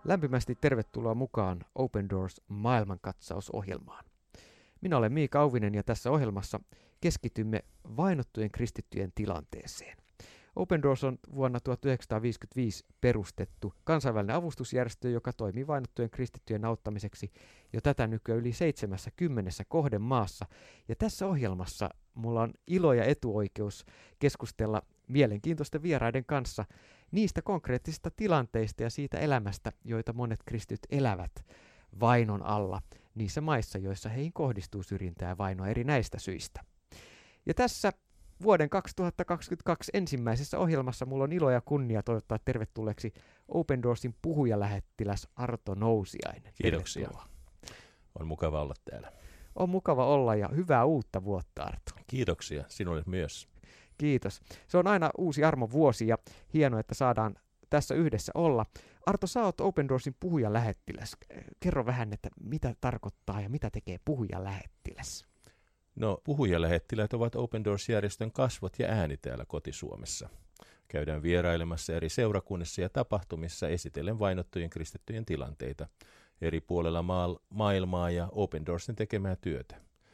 Lämpimästi tervetuloa mukaan Open Doors maailmankatsausohjelmaan. Minä olen Miika Auvinen ja tässä ohjelmassa keskitymme vainottujen kristittyjen tilanteeseen. Open Doors on vuonna 1955 perustettu kansainvälinen avustusjärjestö, joka toimii vainottujen kristittyjen auttamiseksi jo tätä nykyään yli 70 kohdemaassa. Ja tässä ohjelmassa mulla on ilo ja etuoikeus keskustella mielenkiintoisten vieraiden kanssa niistä konkreettisista tilanteista ja siitä elämästä, joita monet kristityt elävät vainon alla niissä maissa, joissa heihin kohdistuu syrjintää ja vainoa eri näistä syistä. Ja tässä vuoden 2022 ensimmäisessä ohjelmassa mulla on ilo ja kunnia toivottaa tervetulleeksi Open Doorsin puhujalähettiläs Arto Nousiainen. Kiitoksia. Tervetuloa. On mukava olla täällä. On mukava olla ja hyvää uutta vuotta, Arto. Kiitoksia sinulle myös. Kiitos. Se on aina uusi armon vuosi ja hienoa, että saadaan tässä yhdessä olla. Arto, sä oot Open Doorsin puhujalähettiläs. Kerro vähän, että mitä tarkoittaa ja mitä tekee puhujalähettiläs? No, puhujalähettiläät ovat Open Doors-järjestön kasvot ja ääni täällä koti-Suomessa. Käydään vierailemassa eri seurakunnissa ja tapahtumissa esitellen vainottujen kristittyjen tilanteita eri puolella maailmaa ja Open Doorsin tekemää työtä.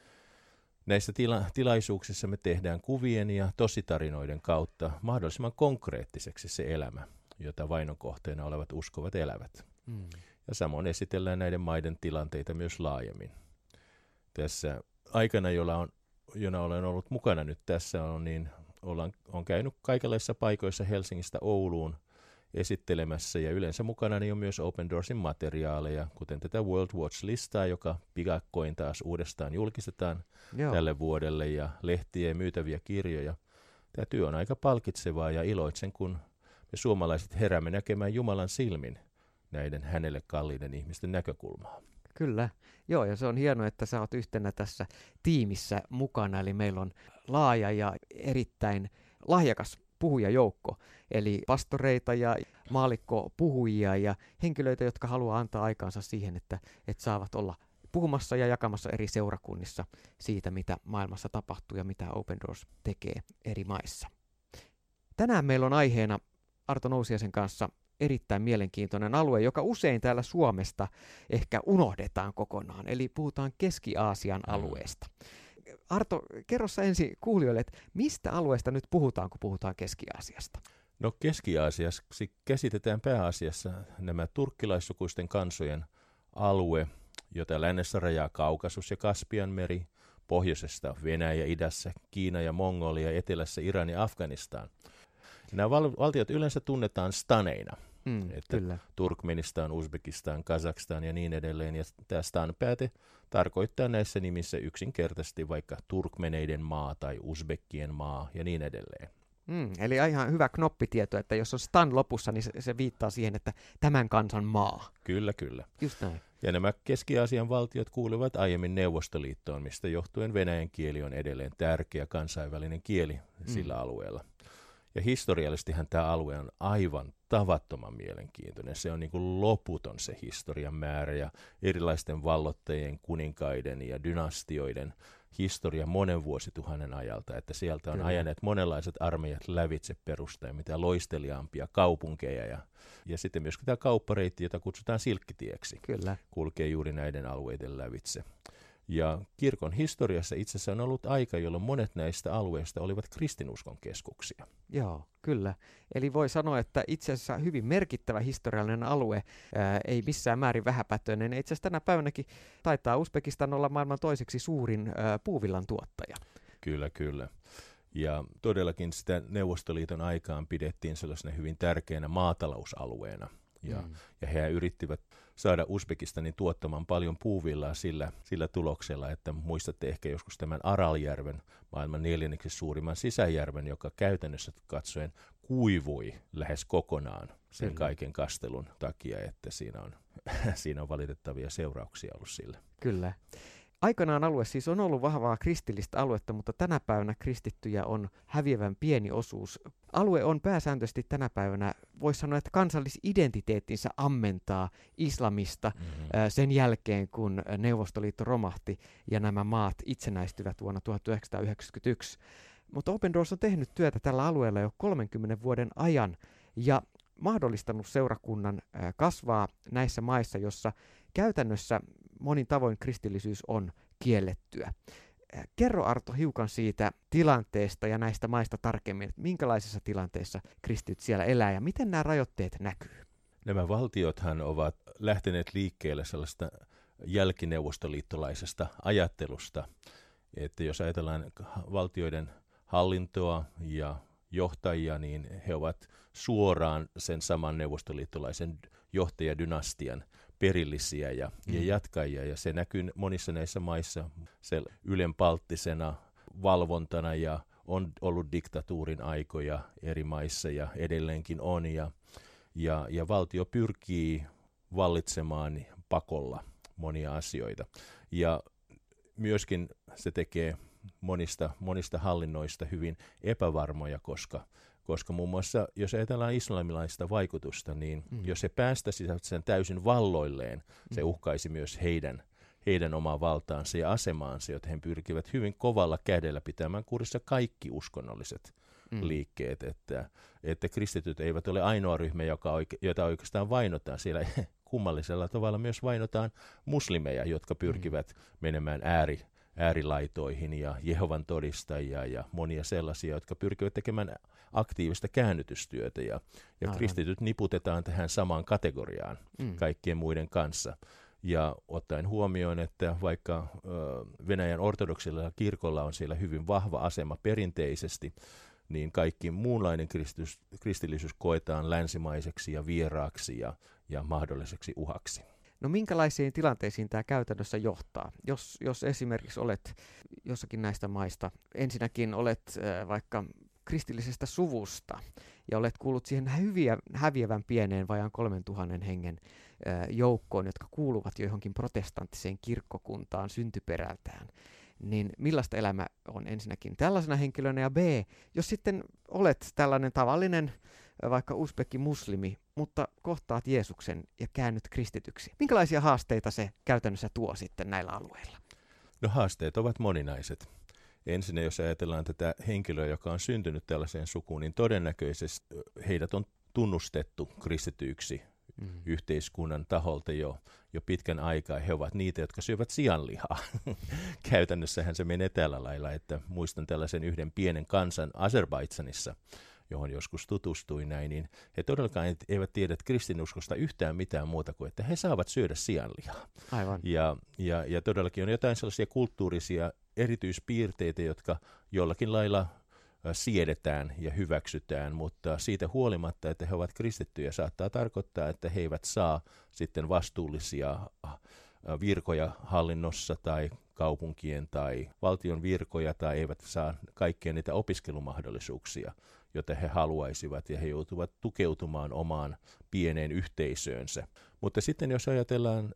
Näissä tilaisuuksissa me tehdään kuvien ja tositarinoiden kautta mahdollisimman konkreettiseksi se elämä, jota vainon kohteena olevat uskovat elävät. Ja samoin esitellään näiden maiden tilanteita myös laajemmin. Tässä aikana, jona olen ollut mukana nyt tässä, on käynyt kaikenlaisissa paikoissa Helsingistä Ouluun esittelemässä, ja yleensä mukana on myös Open Doorsin materiaaleja, kuten tätä World Watch-listaa, joka pikakkoin taas uudestaan julkistetaan tälle vuodelle, ja lehtiä ja myytäviä kirjoja. Tämä työ on aika palkitsevaa, ja iloitsen, kun me suomalaiset heräämme näkemään Jumalan silmin näiden hänelle kalliiden ihmisten näkökulmaa. Kyllä, joo, ja se on hienoa, että sä oot yhtenä tässä tiimissä mukana, eli meillä on laaja ja erittäin lahjakas puhujajoukko, eli pastoreita ja maallikkopuhujia ja henkilöitä, jotka haluaa antaa aikaansa siihen, että saavat olla puhumassa ja jakamassa eri seurakunnissa siitä, mitä maailmassa tapahtuu ja mitä Open Doors tekee eri maissa. Tänään meillä on aiheena Arto Nousiaisen kanssa erittäin mielenkiintoinen alue, joka usein täällä Suomesta ehkä unohdetaan kokonaan, eli puhutaan Keski-Aasian alueesta. Arto, kerro sä ensin kuulijoille, että mistä alueesta nyt puhutaan, kun puhutaan Keski-Aasiasta? No, Keski-Aasiassa käsitetään pääasiassa nämä turkkilaissukuisten kansojen alue, jota lännessä rajaa Kaukasus ja Kaspianmeri, pohjoisesta Venäjä, idässä Kiina ja Mongolia, etelässä Iran ja Afganistan. Nämä valtiot yleensä tunnetaan staneina, että kyllä. Turkmenistan, Uzbekistan, Kazakstan ja niin edelleen. Ja tämä stan-pääte tarkoittaa näissä nimissä yksinkertaisesti vaikka turkmeneiden maa tai uzbekkien maa ja niin edelleen. Eli ihan hyvä knoppitieto, että jos on stan lopussa, niin se viittaa siihen, että tämän kansan maa. Kyllä, kyllä. Just näin. Ja nämä Keski-Aasian valtiot kuuluvat aiemmin Neuvostoliittoon, mistä johtuen venäjän kieli on edelleen tärkeä kansainvälinen kieli sillä alueella. Ja historiallisestihan tämä alue on aivan tavattoman mielenkiintoinen. Se on niin kuin loputon se historian määrä ja erilaisten vallottajien, kuninkaiden ja dynastioiden historia monen vuosituhannen ajalta. Että sieltä on ajaneet monenlaiset armeijat lävitse perustaen, mitä loisteliaampia kaupunkeja. Ja sitten myös tämä kauppareitti, jota kutsutaan Silkkitieksi, kulkee juuri näiden alueiden lävitse. Ja kirkon historiassa itse asiassa on ollut aika, jolloin monet näistä alueista olivat kristinuskon keskuksia. Joo, kyllä. Eli voi sanoa, että itse asiassa hyvin merkittävä historiallinen alue, ei missään määrin vähäpätöinen. Itse asiassa tänä päivänäkin taitaa Uzbekistan olla maailman toiseksi suurin puuvillan tuottaja. Kyllä, kyllä. Ja todellakin sitä Neuvostoliiton aikaan pidettiin sellaisena hyvin tärkeänä maatalousalueena. Ja he yrittivät saada Uzbekistanin tuottamaan paljon puuvillaa sillä tuloksella, että muistatte ehkä joskus tämän Araljärven, maailman 4. suurimman sisäjärven, joka käytännössä katsoen kuivui lähes kokonaan sen kaiken kastelun takia, että siinä on valitettavia seurauksia ollut sillä. Kyllä. Aikanaan alue siis on ollut vahvaa kristillistä aluetta, mutta tänä päivänä kristittyjä on häviävän pieni osuus. Alue on pääsääntöisesti tänä päivänä, voisi sanoa, että kansallisidentiteettinsä ammentaa islamista sen jälkeen, kun Neuvostoliitto romahti ja nämä maat itsenäistyvät vuonna 1991. Mutta Open Doors on tehnyt työtä tällä alueella jo 30 vuoden ajan ja mahdollistanut seurakunnan kasvaa näissä maissa, jossa käytännössä monin tavoin kristillisyys on kiellettyä. Kerro Arto hiukan siitä tilanteesta ja näistä maista tarkemmin, että minkälaisissa tilanteissa kristityt siellä elää ja miten nämä rajoitteet näkyy? Nämä valtiothan ovat lähteneet liikkeelle sellaista jälkineuvostoliittolaisesta ajattelusta, että jos ajatellaan valtioiden hallintoa ja johtajia, niin he ovat suoraan sen saman neuvostoliittolaisen johtajadynastian perillisiä ja jatkajia, ja se näkyy monissa näissä maissa se ylenpalttisena valvontana, ja on ollut diktatuurin aikoja eri maissa ja edelleenkin on, ja valtio pyrkii vallitsemaan pakolla monia asioita, ja myöskin se tekee monista hallinnoista hyvin epävarmoja, koska muun muassa, jos ajatellaan islamilaista vaikutusta, niin jos se päästäisi sen täysin valloilleen, se uhkaisi myös heidän omaa valtaansa ja asemaansa, joten he pyrkivät hyvin kovalla kädellä pitämään kurissa kaikki uskonnolliset liikkeet, että kristityt eivät ole ainoa ryhmä, jota oikeastaan vainotaan. Siellä kummallisella tavalla myös vainotaan muslimeja, jotka pyrkivät menemään äärilaitoihin, ja Jehovan todistajia ja monia sellaisia, jotka pyrkivät tekemään aktiivista käännytystyötä, ja kristityt niputetaan tähän samaan kategoriaan kaikkien muiden kanssa. Ja ottaen huomioon, että vaikka Venäjän ortodoksilla kirkolla on siellä hyvin vahva asema perinteisesti, niin kaikki muunlainen kristillisyys koetaan länsimaiseksi ja vieraaksi ja mahdolliseksi uhaksi. No minkälaisiin tilanteisiin tämä käytännössä johtaa? Jos esimerkiksi olet jossakin näistä maista, ensinnäkin olet vaikka kristillisestä suvusta ja olet kuullut siihen häviävän pieneen vajaan 3000 hengen joukkoon, jotka kuuluvat johonkin protestanttiseen kirkkokuntaan syntyperältään, niin millaista elämä on ensinnäkin tällaisena henkilönä, ja B, jos sitten olet tällainen tavallinen vaikka uzbekki muslimi, mutta kohtaat Jeesuksen ja käännyt kristityksi. Minkälaisia haasteita se käytännössä tuo sitten näillä alueilla? No haasteet ovat moninaiset. Ensin jos ajatellaan tätä henkilöä, joka on syntynyt tällaiseen sukuun, niin todennäköisesti heidät on tunnustettu kristityiksi yhteiskunnan taholta jo pitkän aikaa. He ovat niitä, jotka syövät sianlihaa. Käytännössähän se menee tällä lailla, että muistan tällaisen yhden pienen kansan Azerbaidžanissa, johon joskus tutustuin näin, niin he todellakaan eivät tiedä kristinuskosta yhtään mitään muuta kuin, että he saavat syödä sianlihaa. Aivan. Ja todellakin on jotain sellaisia kulttuurisia erityispiirteitä, jotka jollakin lailla siedetään ja hyväksytään, mutta siitä huolimatta, että he ovat kristittyjä, saattaa tarkoittaa, että he eivät saa sitten vastuullisia virkoja hallinnossa tai kaupunkien tai valtion virkoja, tai eivät saa kaikkia niitä opiskelumahdollisuuksia, joita he haluaisivat, ja he joutuvat tukeutumaan omaan pieneen yhteisöönsä. Mutta sitten jos ajatellaan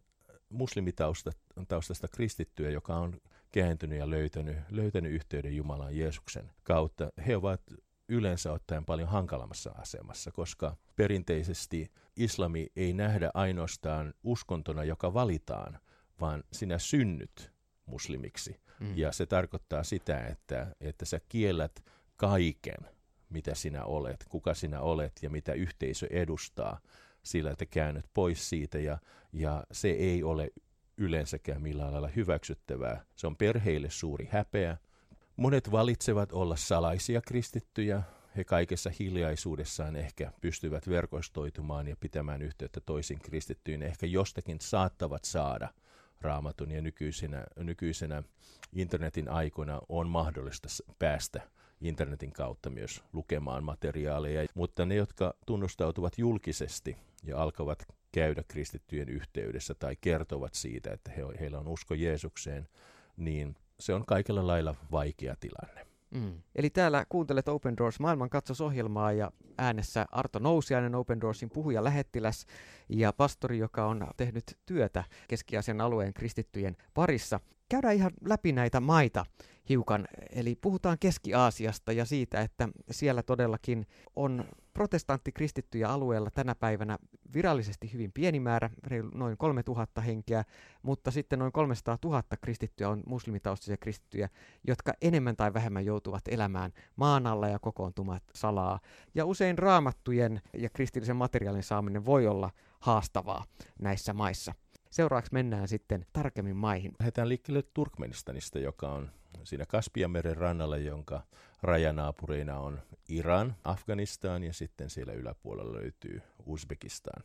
muslimitaustaista kristittyä, joka on kääntynyt ja löytänyt yhteyden Jumalan Jeesuksen kautta, he ovat yleensä ottaen paljon hankalammassa asemassa, koska perinteisesti islami ei nähdä ainoastaan uskontona, joka valitaan, vaan sinä synnyt muslimiksi. Ja se tarkoittaa sitä, että sä kiellät kaiken, mitä sinä olet, kuka sinä olet ja mitä yhteisö edustaa, sillä että käännyt pois siitä, ja se ei ole yleensäkään millään lailla hyväksyttävää. Se on perheille suuri häpeä. Monet valitsevat olla salaisia kristittyjä. He kaikessa hiljaisuudessaan ehkä pystyvät verkostoitumaan ja pitämään yhteyttä toisiin kristittyyn. Ehkä jostakin saattavat saada Raamatun, ja nykyisenä internetin aikoina on mahdollista päästä internetin kautta myös lukemaan materiaaleja. Mutta ne, jotka tunnustautuvat julkisesti ja alkavat käydä kristittyjen yhteydessä tai kertovat siitä, että heillä on usko Jeesukseen, niin se on kaikella lailla vaikea tilanne. Eli täällä kuuntelet Open Doors maailmankatsosohjelmaa, ja äänessä Arto Nousiainen, Open Doorsin puhuja lähettiläs. ja pastori, joka on tehnyt työtä Keski-Aasian alueen kristittyjen parissa. Käydään ihan läpi näitä maita hiukan, eli puhutaan Keski-Aasiasta ja siitä, että siellä todellakin on protestanttikristittyjä alueella tänä päivänä virallisesti hyvin pieni määrä, noin 3000 henkeä, mutta sitten noin 300 000 kristittyjä on muslimitaustaisia kristittyjä, jotka enemmän tai vähemmän joutuvat elämään maan alla ja kokoontumat salaa. Ja usein raamattujen ja kristillisen materiaalin saaminen voi olla haastavaa näissä maissa. Seuraavaksi mennään sitten tarkemmin maihin. Lähdetään liikkeelle Turkmenistanista, joka on siinä Kaspianmeren rannalla, jonka rajanaapureina on Iran, Afganistan ja sitten siellä yläpuolella löytyy Uzbekistan.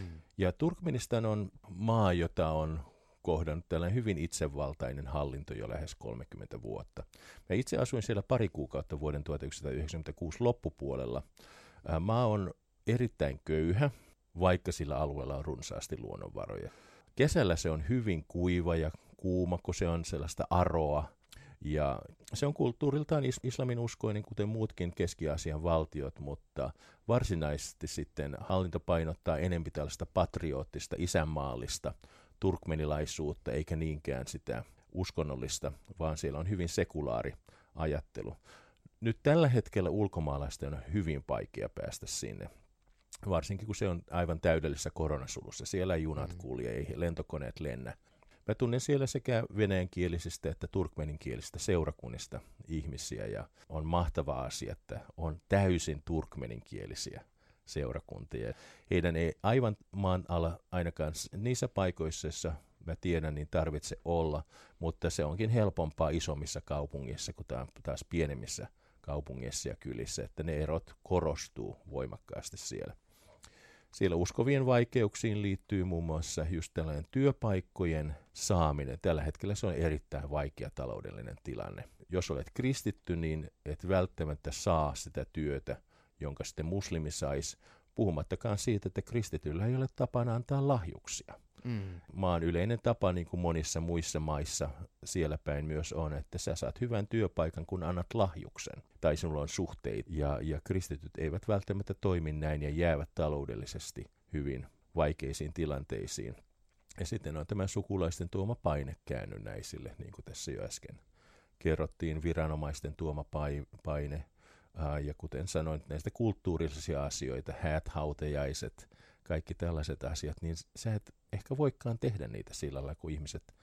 Ja Turkmenistan on maa, jota on kohdannut tällainen hyvin itsevaltainen hallinto jo lähes 30 vuotta. Mä itse asuin siellä pari kuukautta vuoden 1996 loppupuolella. Maa on erittäin köyhä, vaikka sillä alueella on runsaasti luonnonvaroja. Kesällä se on hyvin kuiva ja kuuma, kun se on sellaista aroa. Ja se on kulttuuriltaan islamin uskoinen, kuten muutkin Keski-Aasian valtiot, mutta varsinaisesti sitten hallinto painottaa enemmän tällaista patriootista, isänmaallista turkmenilaisuutta, eikä niinkään sitä uskonnollista, vaan siellä on hyvin sekulaari ajattelu. Nyt tällä hetkellä ulkomaalaisten on hyvin vaikea päästä sinne. Varsinkin kun se on aivan täydellisessä koronasulussa. Siellä ei junat kulje, ei lentokoneet lennä. Mä tunnen siellä sekä venäjänkielisistä että turkmeninkielisistä seurakunnista ihmisiä ja on mahtava asia, että on täysin turkmeninkielisiä seurakuntia. Heidän ei aivan maan alla ainakaan niissä paikoissa, joissa mä tiedän, niin tarvitse olla, mutta se onkin helpompaa isommissa kaupungeissa kuin taas pienemmissä kaupungeissa ja kylissä, että ne erot korostuu voimakkaasti siellä. Siellä uskovien vaikeuksiin liittyy muun muassa just tällainen työpaikkojen saaminen. Tällä hetkellä se on erittäin vaikea taloudellinen tilanne. Jos olet kristitty, niin et välttämättä saa sitä työtä, jonka sitten muslimi saisi, puhumattakaan siitä, että kristityllä ei ole tapana antaa lahjuksia. Maan yleinen tapa, niin kuin monissa muissa maissa siellä päin myös on, että sä saat hyvän työpaikan, kun annat lahjuksen. Tai sinulla on suhteita. Ja kristityt eivät välttämättä toimi näin ja jäävät taloudellisesti hyvin vaikeisiin tilanteisiin. Ja sitten on tämä sukulaisten tuoma paine käännynnäisille, niin kuin tässä jo äsken kerrottiin, viranomaisten tuoma paine. Ja kuten sanoin, näistä kulttuurillisia asioita, häät, hautajaiset, kaikki tällaiset asiat, niin sä et ehkä voikaan tehdä niitä sillä lailla, kun ihmiset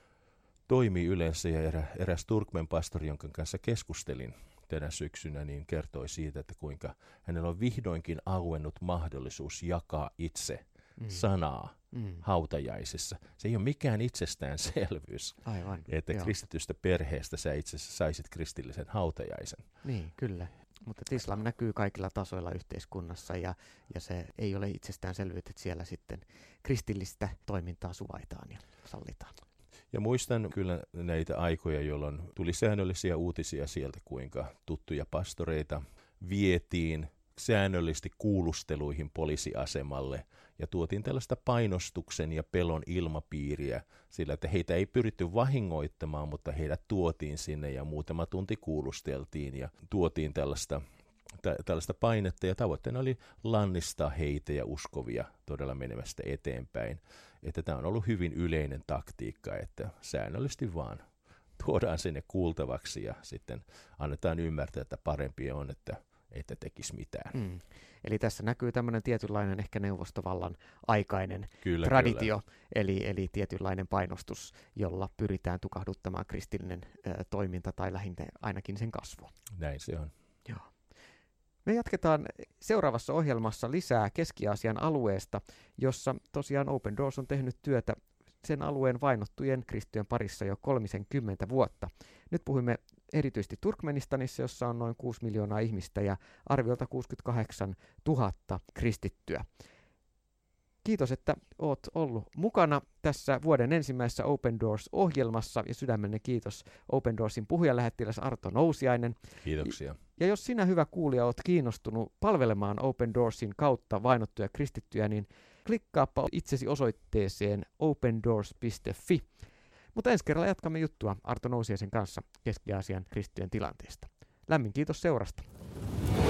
toimii yleensä. Ja eräs turkmenpastori, jonka kanssa keskustelin tänä syksynä, niin kertoi siitä, että kuinka hänellä on vihdoinkin auennut mahdollisuus jakaa itse sanaa hautajaisissa. Se ei ole mikään itsestäänselvyys, Aivan, että kristitystä perheestä sä itse asiassa saisit kristillisen hautajaisen. Niin, kyllä. Mutta islam näkyy kaikilla tasoilla yhteiskunnassa ja se ei ole itsestäänselvyyttä, että siellä sitten kristillistä toimintaa suvaitaan ja sallitaan. Ja muistan kyllä näitä aikoja, jolloin tuli säännöllisiä uutisia sieltä, kuinka tuttuja pastoreita vietiin säännöllisesti kuulusteluihin poliisiasemalle ja tuotiin tällaista painostuksen ja pelon ilmapiiriä sillä, että heitä ei pyritty vahingoittamaan, mutta heidät tuotiin sinne ja muutama tunti kuulusteltiin ja tuotiin tällaista painetta ja tavoitteena oli lannistaa heitä ja uskovia todella menemästä eteenpäin. Että tämä on ollut hyvin yleinen taktiikka, että säännöllisesti vaan tuodaan sinne kuultavaksi ja sitten annetaan ymmärtää, että parempi on, että tekisi mitään. Eli tässä näkyy tämmöinen tietynlainen ehkä neuvostovallan aikainen traditio, eli tietynlainen painostus, jolla pyritään tukahduttamaan kristillinen toiminta tai lähinnä ainakin sen kasvu. Näin se on. Joo. Me jatketaan seuraavassa ohjelmassa lisää Keski-Aasian alueesta, jossa tosiaan Open Doors on tehnyt työtä sen alueen vainottujen kristittyjen parissa jo 30 vuotta. Nyt puhumme erityisesti Turkmenistanissa, jossa on noin 6 miljoonaa ihmistä ja arviolta 68 000 kristittyä. Kiitos, että olet ollut mukana tässä vuoden ensimmäisessä Open Doors-ohjelmassa ja sydämellinen kiitos Open Doorsin puhujalähettiläs Arto Nousiainen. Kiitoksia. Ja jos sinä, hyvä kuulija, olet kiinnostunut palvelemaan Open Doorsin kautta vainottuja kristittyjä, niin klikkaappa itsesi osoitteeseen opendoors.fi. Mutta ensi kerralla jatkamme juttua Arto Nousiaisen kanssa Keski-Aasian kristittyjen tilanteesta. Lämmin kiitos seurasta.